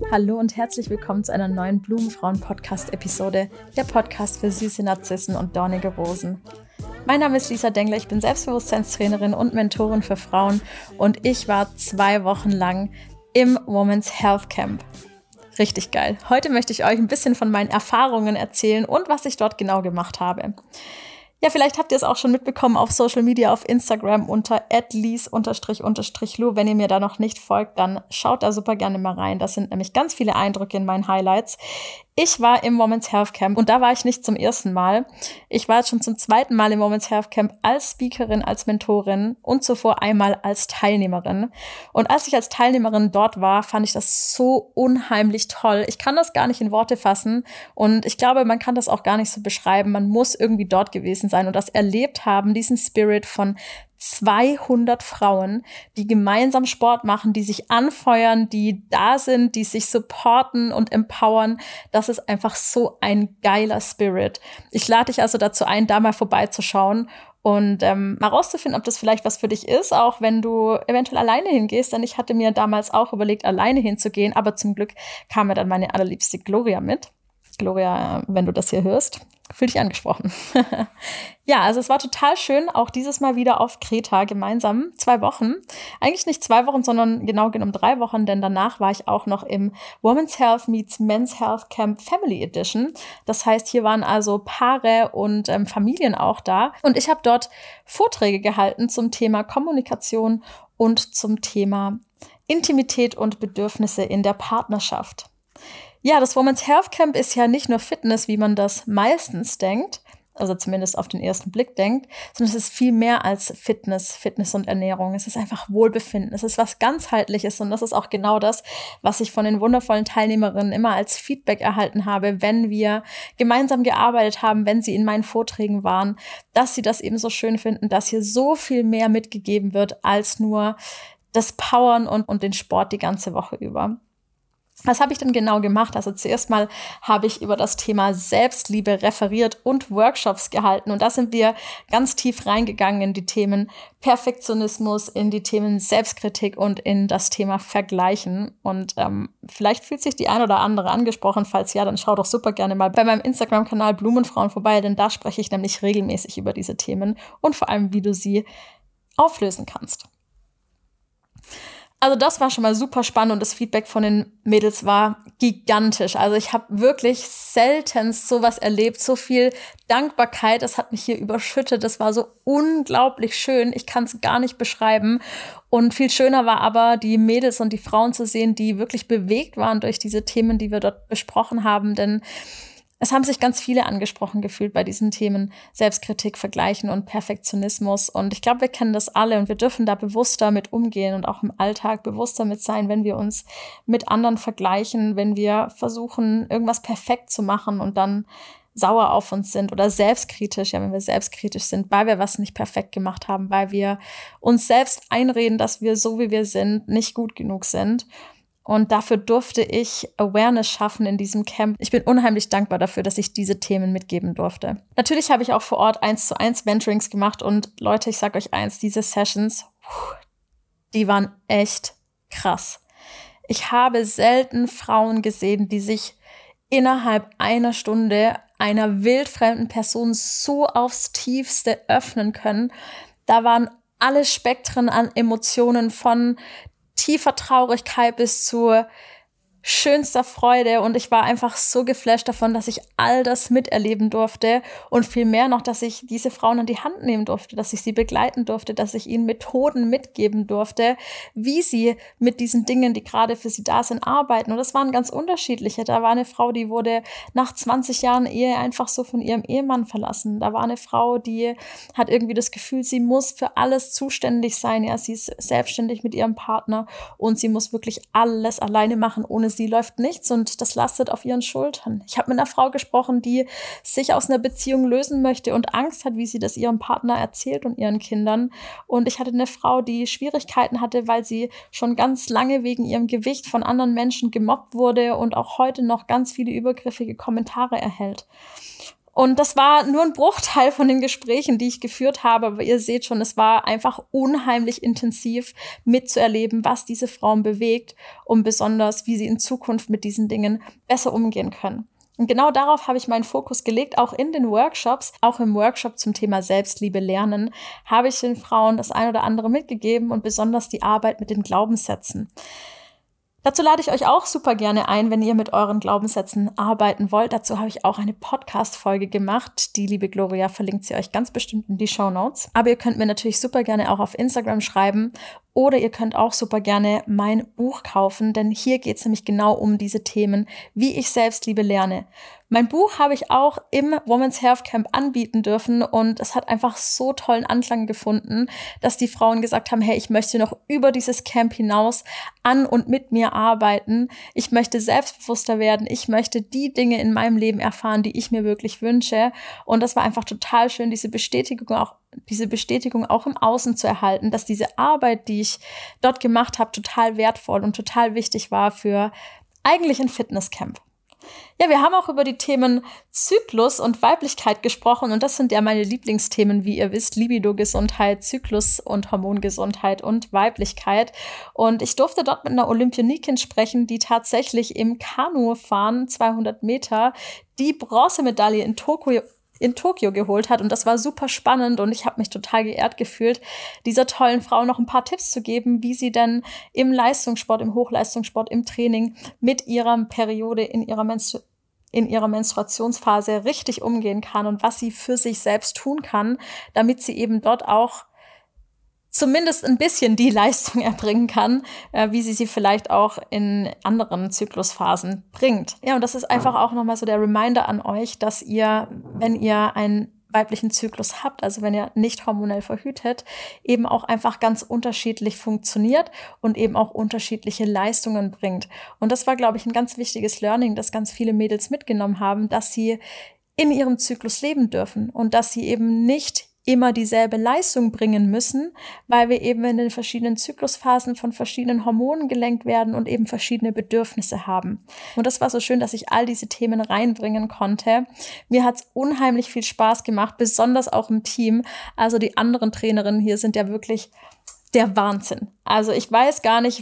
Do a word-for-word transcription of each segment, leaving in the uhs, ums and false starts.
Hallo und herzlich willkommen zu einer neuen Blumenfrauen-Podcast-Episode, der Podcast für süße Narzissen und dornige Rosen. Mein Name ist Lisa Dengler, ich bin Selbstbewusstseinstrainerin und Mentorin für Frauen und ich war zwei Wochen lang im Women's Health Camp. Richtig geil. Heute möchte ich euch ein bisschen von meinen Erfahrungen erzählen und was ich dort genau gemacht habe. Ja, vielleicht habt ihr es auch schon mitbekommen auf Social Media, auf Instagram unter at lies unterstrich unterstrich lu. Wenn ihr mir da noch nicht folgt, dann schaut da super gerne mal rein. Das sind nämlich ganz viele Eindrücke in meinen Highlights. Ich war im Women's Health Camp und da war ich nicht zum ersten Mal. Ich war jetzt schon zum zweiten Mal im Women's Health Camp als Speakerin, als Mentorin und zuvor einmal als Teilnehmerin. Und als ich als Teilnehmerin dort war, fand ich das so unheimlich toll. Ich kann das gar nicht in Worte fassen und ich glaube, man kann das auch gar nicht so beschreiben. Man muss irgendwie dort gewesen sein und das erlebt haben, diesen Spirit von zweihundert Frauen, die gemeinsam Sport machen, die sich anfeuern, die da sind, die sich supporten und empowern. Das ist einfach so ein geiler Spirit. Ich lade dich also dazu ein, da mal vorbeizuschauen und ähm, mal rauszufinden, ob das vielleicht was für dich ist, auch wenn du eventuell alleine hingehst. Denn ich hatte mir damals auch überlegt, alleine hinzugehen, aber zum Glück kam mir dann meine allerliebste Gloria mit. Gloria, wenn du das hier hörst, fühl dich angesprochen. Ja, also es war total schön, auch dieses Mal wieder auf Kreta gemeinsam, zwei Wochen. Eigentlich nicht zwei Wochen, sondern genau genommen drei Wochen, denn danach war ich auch noch im Women's Health meets Men's Health Camp Family Edition. Das heißt, hier waren also Paare und ähm, Familien auch da. Und ich habe dort Vorträge gehalten zum Thema Kommunikation und zum Thema Intimität und Bedürfnisse in der Partnerschaft. Ja, das Women's Health Camp ist ja nicht nur Fitness, wie man das meistens denkt, also zumindest auf den ersten Blick denkt, sondern es ist viel mehr als Fitness, Fitness und Ernährung. Es ist einfach Wohlbefinden. Es ist was ganzheitliches und das ist auch genau das, was ich von den wundervollen Teilnehmerinnen immer als Feedback erhalten habe, wenn wir gemeinsam gearbeitet haben, wenn sie in meinen Vorträgen waren, dass sie das eben so schön finden, dass hier so viel mehr mitgegeben wird als nur das Powern und, und den Sport die ganze Woche über. Was habe ich denn genau gemacht? Also zuerst mal habe ich über das Thema Selbstliebe referiert und Workshops gehalten. Und da sind wir ganz tief reingegangen in die Themen Perfektionismus, in die Themen Selbstkritik und in das Thema Vergleichen. Und ähm, vielleicht fühlt sich die ein oder andere angesprochen. Falls ja, dann schau doch super gerne mal bei meinem Instagram-Kanal Blumenfrauen vorbei, denn da spreche ich nämlich regelmäßig über diese Themen und vor allem, wie du sie auflösen kannst. Also das war schon mal super spannend und das Feedback von den Mädels war gigantisch. Also ich habe wirklich seltenst sowas erlebt, so viel Dankbarkeit, das hat mich hier überschüttet, das war so unglaublich schön, ich kann es gar nicht beschreiben. Und viel schöner war aber, die Mädels und die Frauen zu sehen, die wirklich bewegt waren durch diese Themen, die wir dort besprochen haben, denn es haben sich ganz viele angesprochen gefühlt bei diesen Themen Selbstkritik, Vergleichen und Perfektionismus. Und ich glaube, wir kennen das alle und wir dürfen da bewusster mit umgehen und auch im Alltag bewusster mit sein, wenn wir uns mit anderen vergleichen, wenn wir versuchen, irgendwas perfekt zu machen und dann sauer auf uns sind oder selbstkritisch, ja, wenn wir selbstkritisch sind, weil wir was nicht perfekt gemacht haben, weil wir uns selbst einreden, dass wir so, wie wir sind, nicht gut genug sind. Und dafür durfte ich Awareness schaffen in diesem Camp. Ich bin unheimlich dankbar dafür, dass ich diese Themen mitgeben durfte. Natürlich habe ich auch vor Ort eins zu eins Mentorings gemacht. Und Leute, ich sage euch eins, diese Sessions, die waren echt krass. Ich habe selten Frauen gesehen, die sich innerhalb einer Stunde einer wildfremden Person so aufs Tiefste öffnen können. Da waren alle Spektren an Emotionen von tiefer Traurigkeit bis zu schönster Freude und ich war einfach so geflasht davon, dass ich all das miterleben durfte und viel mehr noch, dass ich diese Frauen an die Hand nehmen durfte, dass ich sie begleiten durfte, dass ich ihnen Methoden mitgeben durfte, wie sie mit diesen Dingen, die gerade für sie da sind, arbeiten. Und das waren ganz unterschiedliche. Da war eine Frau, die wurde nach zwanzig Jahren Ehe einfach so von ihrem Ehemann verlassen. Da war eine Frau, die hat irgendwie das Gefühl, sie muss für alles zuständig sein. Ja, sie ist selbstständig mit ihrem Partner und sie muss wirklich alles alleine machen, ohne sie läuft nichts und das lastet auf ihren Schultern. Ich habe mit einer Frau gesprochen, die sich aus einer Beziehung lösen möchte und Angst hat, wie sie das ihrem Partner erzählt und ihren Kindern. Und ich hatte eine Frau, die Schwierigkeiten hatte, weil sie schon ganz lange wegen ihrem Gewicht von anderen Menschen gemobbt wurde und auch heute noch ganz viele übergriffige Kommentare erhält. Und das war nur ein Bruchteil von den Gesprächen, die ich geführt habe. Aber ihr seht schon, es war einfach unheimlich intensiv mitzuerleben, was diese Frauen bewegt und besonders, wie sie in Zukunft mit diesen Dingen besser umgehen können. Und genau darauf habe ich meinen Fokus gelegt, auch in den Workshops. Auch im Workshop zum Thema Selbstliebe lernen habe ich den Frauen das ein oder andere mitgegeben und besonders die Arbeit mit den Glaubenssätzen. Dazu lade ich euch auch super gerne ein, wenn ihr mit euren Glaubenssätzen arbeiten wollt. Dazu habe ich auch eine Podcast-Folge gemacht. Die liebe Gloria verlinkt sie euch ganz bestimmt in die Shownotes. Aber ihr könnt mir natürlich super gerne auch auf Instagram schreiben oder ihr könnt auch super gerne mein Buch kaufen, denn hier geht es nämlich genau um diese Themen, wie ich Selbstliebe lerne. Mein Buch habe ich auch im Women's Health Camp anbieten dürfen und es hat einfach so tollen Anklang gefunden, dass die Frauen gesagt haben, hey, ich möchte noch über dieses Camp hinaus an und mit mir arbeiten. Ich möchte selbstbewusster werden. Ich möchte die Dinge in meinem Leben erfahren, die ich mir wirklich wünsche. Und das war einfach total schön, diese Bestätigung auch diese Bestätigung auch im Außen zu erhalten, dass diese Arbeit, die ich dort gemacht habe, total wertvoll und total wichtig war für eigentlich ein Fitnesscamp. Ja, wir haben auch über die Themen Zyklus und Weiblichkeit gesprochen und das sind ja meine Lieblingsthemen, wie ihr wisst, Libido-Gesundheit, Zyklus und Hormongesundheit und Weiblichkeit. Und ich durfte dort mit einer Olympionikin sprechen, die tatsächlich im Kanufahren zweihundert Meter die Bronzemedaille in Tokio in Tokio geholt hat und das war super spannend und ich habe mich total geehrt gefühlt, dieser tollen Frau noch ein paar Tipps zu geben, wie sie denn im Leistungssport, im Hochleistungssport, im Training mit ihrer Periode in ihrer Menstru- in ihrer Menstruationsphase richtig umgehen kann und was sie für sich selbst tun kann, damit sie eben dort auch zumindest ein bisschen die Leistung erbringen kann, äh, wie sie sie vielleicht auch in anderen Zyklusphasen bringt. Ja, und das ist einfach auch nochmal so der Reminder an euch, dass ihr, wenn ihr einen weiblichen Zyklus habt, also wenn ihr nicht hormonell verhütet, eben auch einfach ganz unterschiedlich funktioniert und eben auch unterschiedliche Leistungen bringt. Und das war, glaube ich, ein ganz wichtiges Learning, das ganz viele Mädels mitgenommen haben, dass sie in ihrem Zyklus leben dürfen und dass sie eben nicht immer dieselbe Leistung bringen müssen, weil wir eben in den verschiedenen Zyklusphasen von verschiedenen Hormonen gelenkt werden und eben verschiedene Bedürfnisse haben. Und das war so schön, dass ich all diese Themen reinbringen konnte. Mir hat's unheimlich viel Spaß gemacht, besonders auch im Team. Also die anderen Trainerinnen hier sind ja wirklich der Wahnsinn. Also ich weiß gar nicht,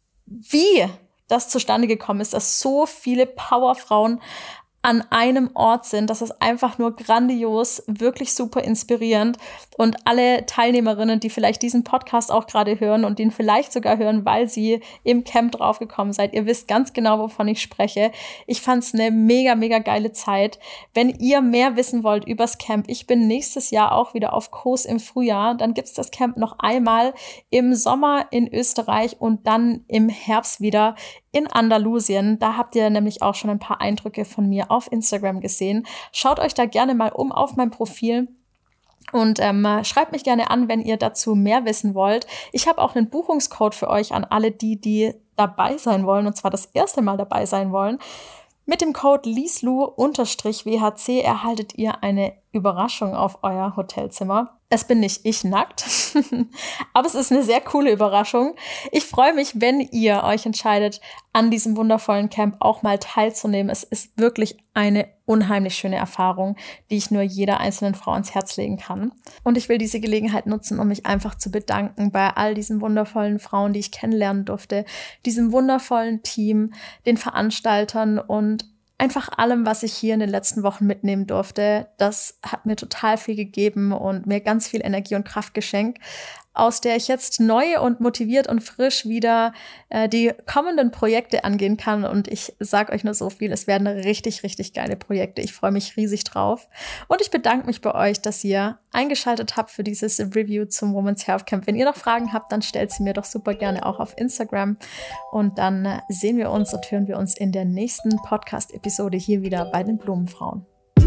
wie das zustande gekommen ist, dass so viele Powerfrauen an einem Ort sind. Das ist einfach nur grandios, wirklich super inspirierend. Und alle Teilnehmerinnen, die vielleicht diesen Podcast auch gerade hören und den vielleicht sogar hören, weil sie im Camp draufgekommen seid, ihr wisst ganz genau, wovon ich spreche. Ich fand es eine mega, mega geile Zeit. Wenn ihr mehr wissen wollt übers Camp, ich bin nächstes Jahr auch wieder auf Kurs im Frühjahr. Dann gibt's das Camp noch einmal im Sommer in Österreich und dann im Herbst wieder in Andalusien. Da habt ihr nämlich auch schon ein paar Eindrücke von mir auf Instagram gesehen. Schaut euch da gerne mal um auf mein Profil und ähm, schreibt mich gerne an, wenn ihr dazu mehr wissen wollt. Ich habe auch einen Buchungscode für euch an alle die, die dabei sein wollen und zwar das erste Mal dabei sein wollen. Mit dem Code Lieslu W H C erhaltet ihr eine Überraschung auf euer Hotelzimmer. Es bin nicht ich nackt, aber es ist eine sehr coole Überraschung. Ich freue mich, wenn ihr euch entscheidet, an diesem wundervollen Camp auch mal teilzunehmen. Es ist wirklich eine unheimlich schöne Erfahrung, die ich nur jeder einzelnen Frau ans Herz legen kann. Und ich will diese Gelegenheit nutzen, um mich einfach zu bedanken bei all diesen wundervollen Frauen, die ich kennenlernen durfte, diesem wundervollen Team, den Veranstaltern und einfach allem, was ich hier in den letzten Wochen mitnehmen durfte. Das hat mir total viel gegeben und mir ganz viel Energie und Kraft geschenkt, aus der ich jetzt neu und motiviert und frisch wieder äh, die kommenden Projekte angehen kann. Und ich sage euch nur so viel, es werden richtig, richtig geile Projekte. Ich freue mich riesig drauf. Und ich bedanke mich bei euch, dass ihr eingeschaltet habt für dieses Review zum Women's Health Camp. Wenn ihr noch Fragen habt, dann stellt sie mir doch super gerne auch auf Instagram. Und dann äh, sehen wir uns und hören wir uns in der nächsten Podcast-Episode hier wieder bei den Blumenfrauen.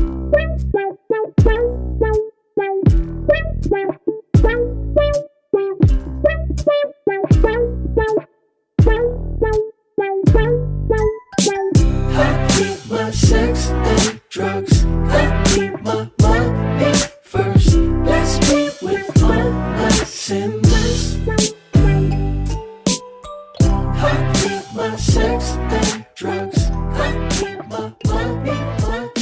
I keep my sex and drugs. I keep my money first. Bless me with all my sins. I keep my sex and drugs. I keep my money first.